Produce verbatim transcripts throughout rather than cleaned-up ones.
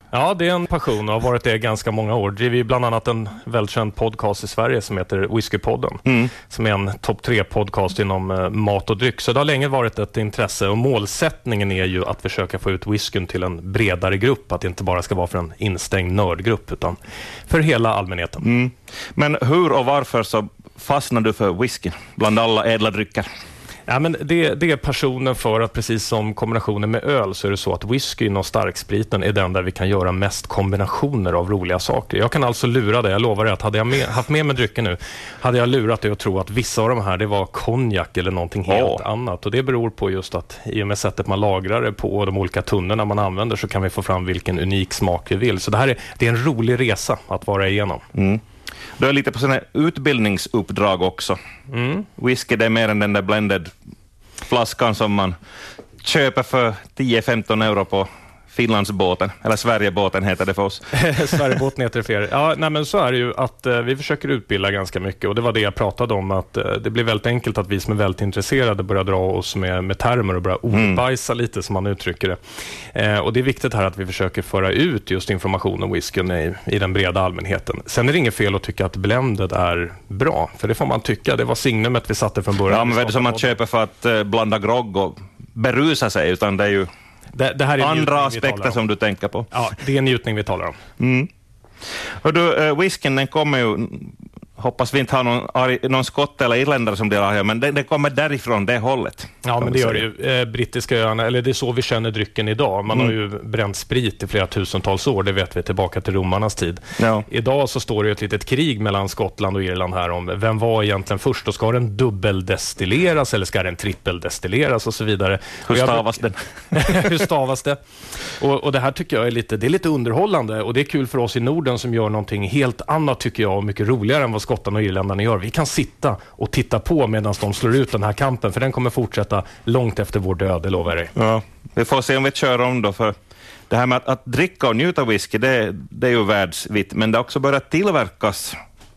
Ja, det är en passion och har varit det ganska många år. Det är bland annat en välkänd podcast i Sverige som heter Whiskypodden. Mm. Som är en topp tre podcast inom uh, mat och dryck. Så det har länge varit ett intresse och målsättningen är ju att försöka få ut whiskyn till en bredare grupp. Att det inte bara ska vara för en instängd nördgrupp utan för hela allmänheten. Mm. Men hur och varför så fastnar du för whisky bland alla ädla drycker? Ja, men det, det är passionen för att precis som kombinationen med öl så är det så att whiskyn och starkspriten är den där vi kan göra mest kombinationer av roliga saker. Jag kan alltså lura det, jag lovar det, att hade jag med, haft med mig drycken nu hade jag lurat det och tro att vissa av de här det var konjak eller någonting helt oh. annat. Och det beror på just att i och med sättet man lagrar det på och de olika tunnorna man använder så kan vi få fram vilken unik smak vi vill. Så det här är, det är en rolig resa att vara igenom. Mm. Du är lite på sådana utbildningsuppdrag också. Mm. Whisky, det är mer än den där blended flaskan som man köper för tio femton euro på Finlandsbåten, eller Sverigebåten heter det för oss. Sverigebåten heter det för er. Ja, nej, men så är det ju att eh, vi försöker utbilda ganska mycket och det var det jag pratade om att eh, det blir väldigt enkelt att vi som är väldigt intresserade börjar dra oss med, med termer och börja ordbajsa mm. lite som man uttrycker det. Eh, och det är viktigt här att vi försöker föra ut just information om whiskyn i, i den breda allmänheten. Sen är det inget fel att tycka att blended är bra, för det får man tycka. Det var signumet vi satte från början. Ja, men det är som man köper för att eh, blanda grogg och berusa sig, utan det är ju Det, det här är andra aspekter som du tänker på. Ja, det är en njutning vi talar om. Mm. Och du, uh, whiskyn, den kommer ju, hoppas vi inte har någon, någon skott eller irländare som delar här, men den, den kommer därifrån, det hållet. Ja, men det gör det ju. Eh, brittiska öarna, eller det är så vi känner drycken idag. Man mm. har ju bränt sprit i flera tusentals år, det vet vi tillbaka till romarnas tid. Ja. Idag så står det ju ett litet krig mellan Skottland och Irland här om vem var egentligen först och ska den dubbeldestilleras eller ska den trippeldestilleras och så vidare. Hur stavas den? Hur stavas det? Och, och det här tycker jag är lite, det är lite underhållande och det är kul för oss i Norden som gör någonting helt annat tycker jag och mycket roligare än vad skottarna och irländarna gör. Vi kan sitta och titta på medan de slår ut den här kampen för den kommer fortsätta långt efter vår död, det lovar jag dig. Ja, vi får se om vi kör om då, för det här med att, att dricka och njuta whisky, det, det är ju världsvitt, men det har också börjat tillverkas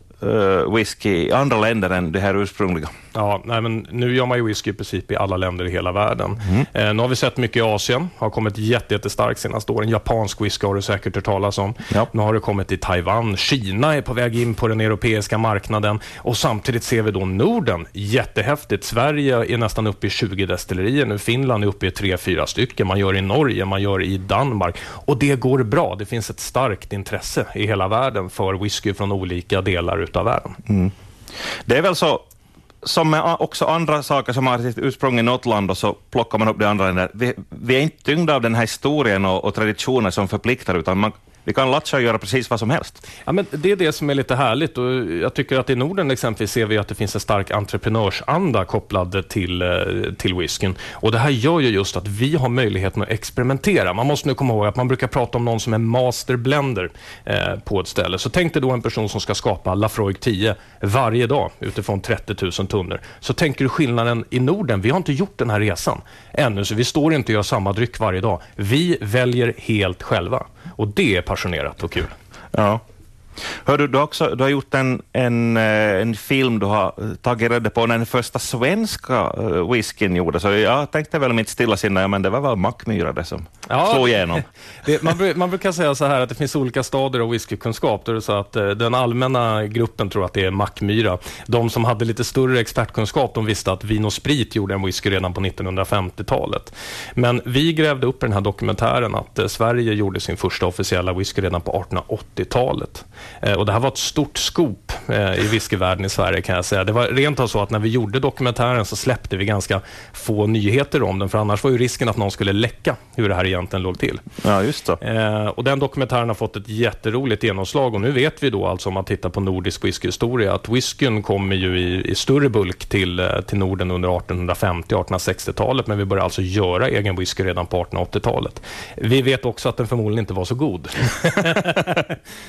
uh, whisky i andra länder än det här ursprungliga. Ja, nej, men nu gör man ju whisky i princip i alla länder i hela världen. Mm. Eh, nu har vi sett mycket i Asien, har kommit jätte, jättestarkt senaste åren. Japansk whisky har du säkert hört talas om. Ja. Nu har det kommit i Taiwan. Kina är på väg in på den europeiska marknaden. Och samtidigt ser vi då Norden, jättehäftigt. Sverige är nästan uppe i tjugo destillerier nu. Finland är uppe i tre fyra stycken. Man gör i Norge, man gör i Danmark. Och det går bra. Det finns ett starkt intresse i hela världen för whisky från olika delar utav världen. Mm. Det är väl så, som med också andra saker som har sitt ursprung i något land och så plockar man upp det andra länder. Vi, vi är inte tyngda av den här historien och, och traditioner som förpliktar, utan man, vi kan latcha och göra precis vad som helst. Ja, men det är det som är lite härligt och jag tycker att i Norden exempelvis ser vi att det finns en stark entreprenörsanda kopplad till, till whiskyn. Och det här gör ju just att vi har möjligheten att experimentera. Man måste nu komma ihåg att man brukar prata om någon som är masterblender eh, på ett ställe. Så tänk dig då en person som ska skapa Lafroig tio varje dag utifrån trettio tusen tunnor. Så tänker du skillnaden i Norden. Vi har inte gjort den här resan ännu, så vi står inte och gör samma dryck varje dag. Vi väljer helt själva. Och det är passionerat och kul. Ja. Hör du, du, har också, du har gjort en, en, en film, du har tagit reda på när den första svenska whiskyn gjorde. Så jag tänkte väl mitt stilla sinne, men det var väl Mackmyra det som ja, slog igenom. Det, man, man brukar säga så här att det finns olika stadier av whiskykunskap. Då är det så att den allmänna gruppen tror att det är Mackmyra. De som hade lite större expertkunskap, de visste att Vin och Sprit gjorde en whisky redan på nittonhundrafemtiotalet. Men vi grävde upp i den här dokumentären att Sverige gjorde sin första officiella whisky redan på artonhundraåttiotalet. Och det här var ett stort skop eh, i whiskyvärlden i Sverige, kan jag säga. Det var rent av så att när vi gjorde dokumentären så släppte vi ganska få nyheter om den, för annars var ju risken att någon skulle läcka hur det här egentligen låg till. Ja, just det. Eh, och den dokumentären har fått ett jätteroligt genomslag och nu vet vi då alltså, om man tittar på nordisk whiskyhistoria, att whiskyn kommer ju i, i större bulk till, till Norden under artonhundrafemtio artonhundrasextiotalet, men vi började alltså göra egen whisky redan på artonhundraåttiotalet. Vi vet också att den förmodligen inte var så god.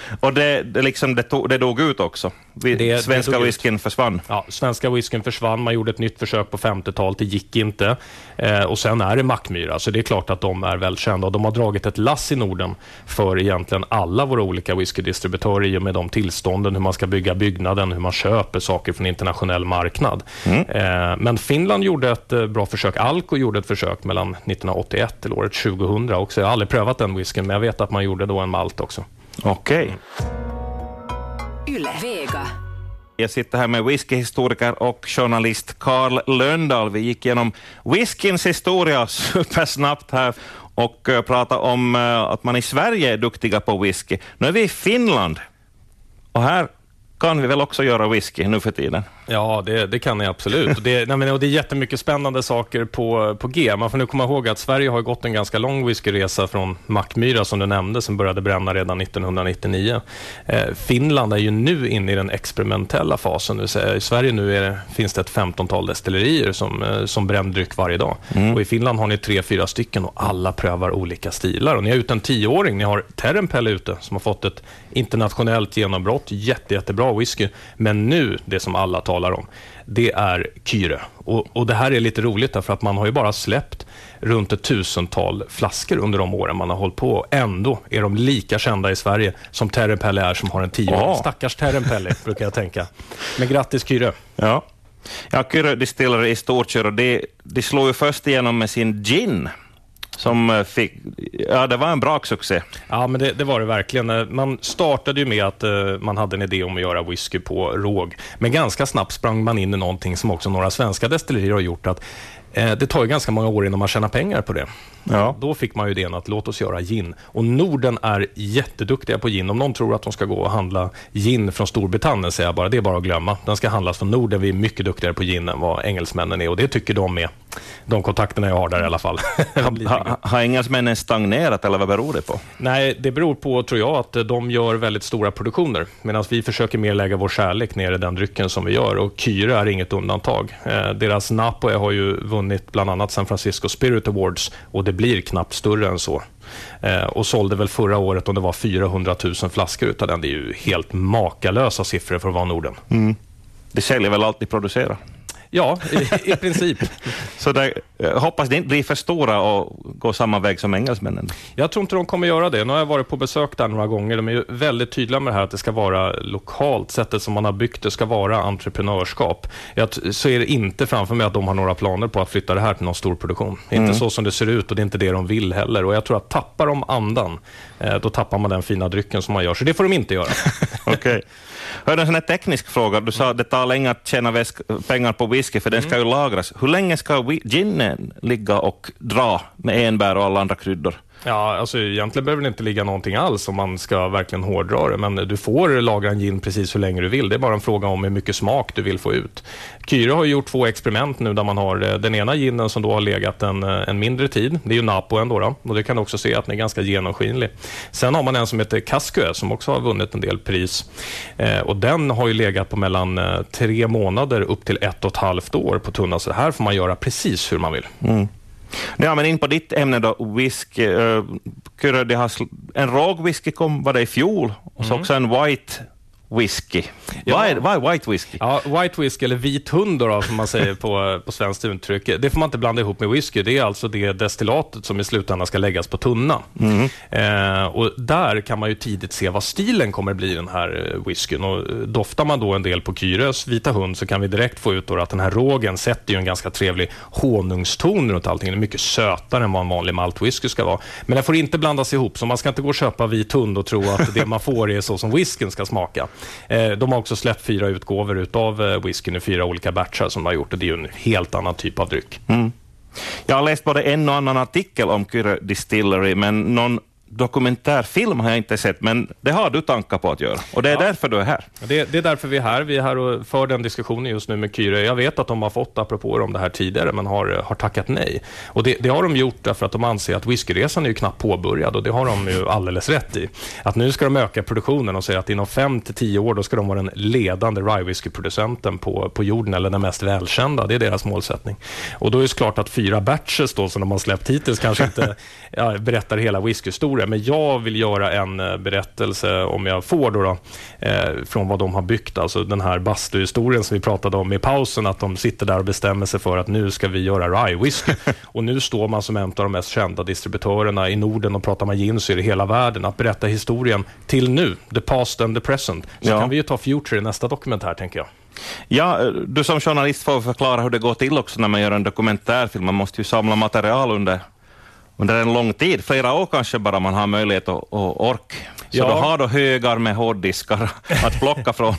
Och det, det, liksom, det, tog, det dog ut också. Vi, det, svenska whiskyn försvann. Ja, svenska whiskyn försvann. Man gjorde ett nytt försök på femtiotalet. Det gick inte. Eh, och sen är det Mackmyra. Så det är klart att de är välkända. Och de har dragit ett lass i Norden för egentligen alla våra olika whiskydistributörer i och med de tillstånden. Hur man ska bygga byggnaden. Hur man köper saker från internationell marknad. Mm. Eh, men Finland gjorde ett eh, bra försök. Alko gjorde ett försök mellan nittonhundraåttioett till året tjugohundra också. Jag har aldrig prövat den whiskyn, men jag vet att man gjorde då en malt också. Okej. Okay. Yle Vega. Jag sitter här med whiskyhistoriker och journalist Carl Lönndahl. Vi gick igenom whiskyns historia supersnabbt här och uh, pratade om uh, att man i Sverige är duktiga på whisky. Nu är vi i Finland och här kan vi väl också göra whisky nu för tiden? Ja, det, det kan ni absolut. Och det, nej, men, och det är jättemycket spännande saker på, på G. Man får nu komma ihåg att Sverige har gått en ganska lång whiskyresa från Mackmyra som du nämnde, som började bränna redan nittonhundranittionio. Eh, Finland är ju nu inne i den experimentella fasen. I Sverige nu är det, finns det ett femtontal destillerier som, eh, som bränner dryck varje dag. Mm. Och i Finland har ni tre, fyra stycken och alla prövar olika stilar. Och ni har ute en tioåring, ni har Terempel ute som har fått ett internationellt genombrott. Jätte, jättebra whisky. Men nu, det som alla tar om, det är Kyre. Och, och det här är lite roligt därför att man har ju bara släppt runt ett tusental flaskor under de åren man har hållit på. Ändå är de lika kända i Sverige som Terempel är som har en tio år. Oh. Stackars Terempel brukar jag tänka. Men grattis Kyre. Ja, ja Kyre Distillery i Storkör och det, de slår ju först igenom med sin gin. Som fick, ja, det var en bra succé. Ja, men det, det var det verkligen. Man startade ju med att uh, man hade en idé om att göra whisky på råg. Men ganska snabbt sprang man in i någonting som också några svenska destillerier har gjort att uh, det tar ju ganska många år innan man tjänar pengar på det. Ja. Då fick man ju idén att låt oss göra gin. Och Norden är jätteduktiga på gin. Om någon tror att de ska gå och handla gin från Storbritannien säger jag bara, det är bara att glömma. Den ska handlas från Norden. Vi är mycket duktigare på gin än vad engelsmännen är. Och det tycker de med. De kontakterna jag har där i alla fall. ha, ha, har engelsmännen stagnerat eller vad beror det på? Nej, det beror på tror jag att de gör väldigt stora produktioner. Medan vi försöker mer lägga vår kärlek ner i den drycken som vi gör. Och Kyre är inget undantag. Eh, deras Napoe har ju vunnit bland annat San Francisco Spirit Awards. Och det blir knappt större än så. Eh, och sålde väl förra året om det var fyrahundratusen flaskor utav den. Det är ju helt makalösa siffror för att vara Norden. Mm. Det säljer väl alltid producera? Ja, i, i princip. Så där, jag hoppas det inte blir för stora och går samma väg som engelsmännen. Jag tror inte de kommer göra det. Nu har jag varit på besök där några gånger. De är ju väldigt tydliga med det här att det ska vara lokalt. Sättet som man har byggt det ska vara entreprenörskap. Jag ser inte framför mig att de har några planer på att flytta det här till någon stor produktion. Mm. Inte så som det ser ut och det är inte det de vill heller. Och jag tror att tappar de andan, då tappar man den fina drycken som man gör. Så det får de inte göra. Okej. Okay. Hör en sån här teknisk fråga. Du sa att det tar länge att tjäna väsk- pengar på whisky för den ska ju lagras. Hur länge ska ginen ligga och dra med enbär och alla andra kryddor? Ja, alltså egentligen behöver det inte ligga någonting alls om man ska verkligen hårdra det. Men du får lagra en gin precis hur länge du vill. Det är bara en fråga om hur mycket smak du vill få ut. Kyre har gjort två experiment nu där man har den ena ginen som då har legat en, en mindre tid. Det är ju Napoe ändå då. Och det kan du också se att den är ganska genomskinlig. Sen har man en som heter Casque som också har vunnit en del pris. Eh, och den har ju legat på mellan eh, tre månader upp till ett och ett halvt år på tunna. Så här får man göra precis hur man vill. Mm. Ja, men in på ditt ämne då, whisky. Uh, det har en råg whisky kom, var det i fjol, och så mm. också en white whisky. Ja. Vad, är, vad är white whisky? Ja, white whisky eller vit hund då, som man säger på, på svenskt uttryck. Det får man inte blanda ihop med whisky. Det är alltså det destillatet som i slutändan ska läggas på tunna. Mm. Eh, och där kan man ju tidigt se vad stilen kommer bli den här whiskyn. Och doftar man då en del på Kyres vita hund så kan vi direkt få ut då att den här rågen sätter ju en ganska trevlig honungston runt allting. Det är mycket sötare än vad en vanlig maltwhisky ska vara. Men det får inte blandas ihop, så man ska inte gå och köpa vit hund och tro att det man får är så som whiskyn ska smaka. De har också släppt fyra utgåvor utav whiskyn i fyra olika batchar som de har gjort, och det är ju en helt annan typ av dryck. Mm. Jag har läst både en och annan artikel om Kyre Distillery, men någon dokumentärfilm har jag inte sett, men det har du tankar på att göra. Och det är ja. därför du är här. Det, det är därför vi är här. Vi är här och för den diskussionen just nu med Kyre. Jag vet att de har fått apropå om det här tidigare, men har, har tackat nej. Och det, det har de gjort därför att de anser att whiskyresan är ju knappt påbörjad, och det har de ju alldeles rätt i. Att nu ska de öka produktionen och säga att inom fem till tio år då ska de vara den ledande rye whisky-producenten på, på jorden, eller den mest välkända. Det är deras målsättning. Och då är det klart att fyra batches då som de har släppt hittills kanske inte ja, berättar hela whisky-historien. historia, men jag vill göra en eh, berättelse, om jag får då, då eh, från vad de har byggt, alltså den här bastuhistorien som vi pratade om i pausen, att de sitter där och bestämmer sig för att nu ska vi göra rye whisky. Och nu står man som en av de mest kända distributörerna i Norden och pratar man gin i hela världen, att berätta historien till nu, the past and the present. Så ja. kan vi ju ta future i nästa dokumentär, tänker jag. Ja, du som journalist får förklara hur det går till också när man gör en dokumentärfilm. Man måste ju samla material under, under en lång tid, flera år kanske bara, man har möjlighet och, och ork. Så ja. då har du högar med hårddiskar att plocka från.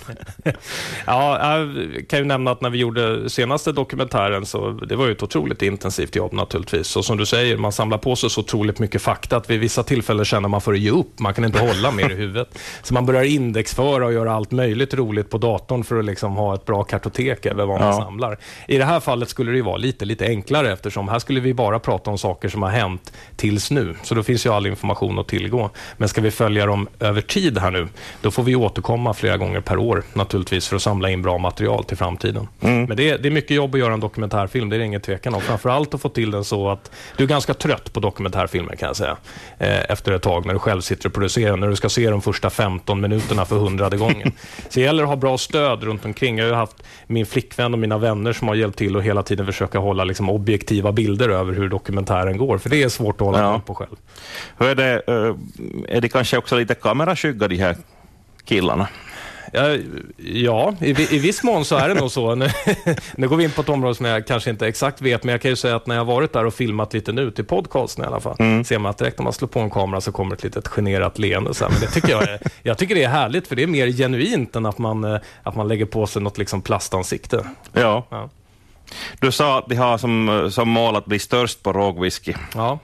Ja, jag kan ju nämna att när vi gjorde senaste dokumentären, så det var ju ett otroligt intensivt jobb naturligtvis. Och som du säger, man samlar på sig så otroligt mycket fakta att vid vissa tillfällen känner man för att ge upp. Man kan inte hålla mer i huvudet. Så man börjar indexföra och göra allt möjligt roligt på datorn för att liksom ha ett bra kartotek över vad man ja. samlar. I det här fallet skulle det ju vara lite, lite enklare, eftersom här skulle vi bara prata om saker som har hänt tills nu. Så då finns ju all information att tillgå. Men ska vi följa dem över tid här nu, då får vi återkomma flera gånger per år naturligtvis för att samla in bra material till framtiden. Mm. Men det är, det är mycket jobb att göra en dokumentärfilm, det är ingen tvekan om. Framförallt att få till den så att du är ganska trött på dokumentärfilmer, kan jag säga, eh, efter ett tag när du själv sitter och producerar, när du ska se de första femton minuterna för hundrade gången. Så det gäller att ha bra stöd runt omkring. Jag har ju haft min flickvän och mina vänner som har hjälpt till och hela tiden försöka hålla liksom objektiva bilder över hur dokumentären går, för det är svårt att hålla ja. på själv. Hur är det, är det kanske också lite kameraskygga, de här killarna? Ja, ja i, i viss mån så är det nog så. Nu, nu går vi in på ett område som jag kanske inte exakt vet, men jag kan ju säga att när jag varit där och filmat lite nu till podcasten i alla fall, mm. ser man att direkt när man slår på en kamera så kommer ett litet generat leende. Så här. Men det tycker jag, är, jag tycker det är härligt, för det är mer genuint än att man, att man lägger på sig något liksom plastansikte. Ja. ja. Du sa att de har som, som mål att bli störst på rågwhisky. Ja.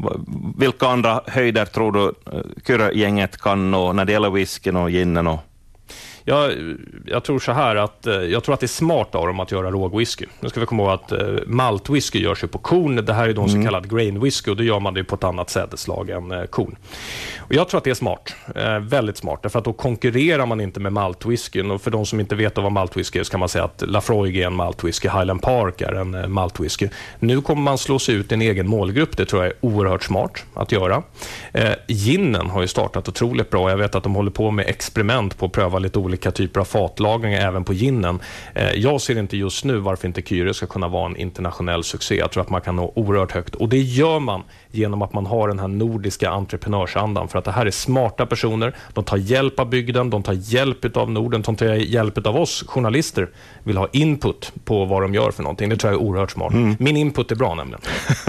Vilka andra höjder tror du Kyrö-gänget kan nå när det gäller whiskyn och ginen? Och... Jag, jag tror så här att jag tror att det är smart av dem att göra rågwhisky. Nu ska vi komma ihåg att uh, maltwhisky görs ju på korn. Det här är de så mm. kallad grain whisky, och då gör man det på ett annat sädeslag än uh, korn. Och jag tror att det är smart, uh, väldigt smart, därför att då konkurrerar man inte med maltwhiskyn. Och för de som inte vet vad maltwhisky är, så kan man säga att Lafroig är en maltwhisky, Highland Park är en uh, maltwhisky. Nu kommer man slå sig ut i en egen målgrupp, det tror jag är oerhört smart att göra. Uh, ginen har ju startat otroligt bra. Jag vet att de håller på med experiment på att pröva lite olika typer av fatlagring även på ginen. Eh, jag ser inte just nu varför inte Kyrö ska kunna vara en internationell succé. Jag tror att man kan nå oerhört högt. Och det gör man genom att man har den här nordiska entreprenörsandan. För att det här är smarta personer. De tar hjälp av bygden, de tar hjälp av Norden, de tar hjälp av oss journalister. Vill ha input på vad de gör för någonting. Det tror jag är oerhört smart. Mm. Min input är bra nämligen.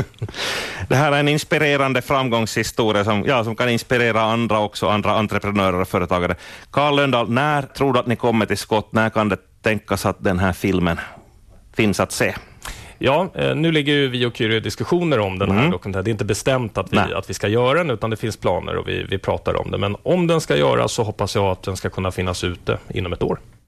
Det här är en inspirerande framgångshistoria som, ja, som kan inspirera andra också, andra entreprenörer och företagare. Carl Lönndahl, när tror du att ni kommer till skott? När kan det tänkas att den här filmen finns att se? Ja, nu ligger ju vi och Kyrö i diskussioner om den här mm. dokumentären. Det är inte bestämt att vi, att vi ska göra den, utan det finns planer och vi, vi pratar om det. Men om den ska göras så hoppas jag att den ska kunna finnas ute inom ett år.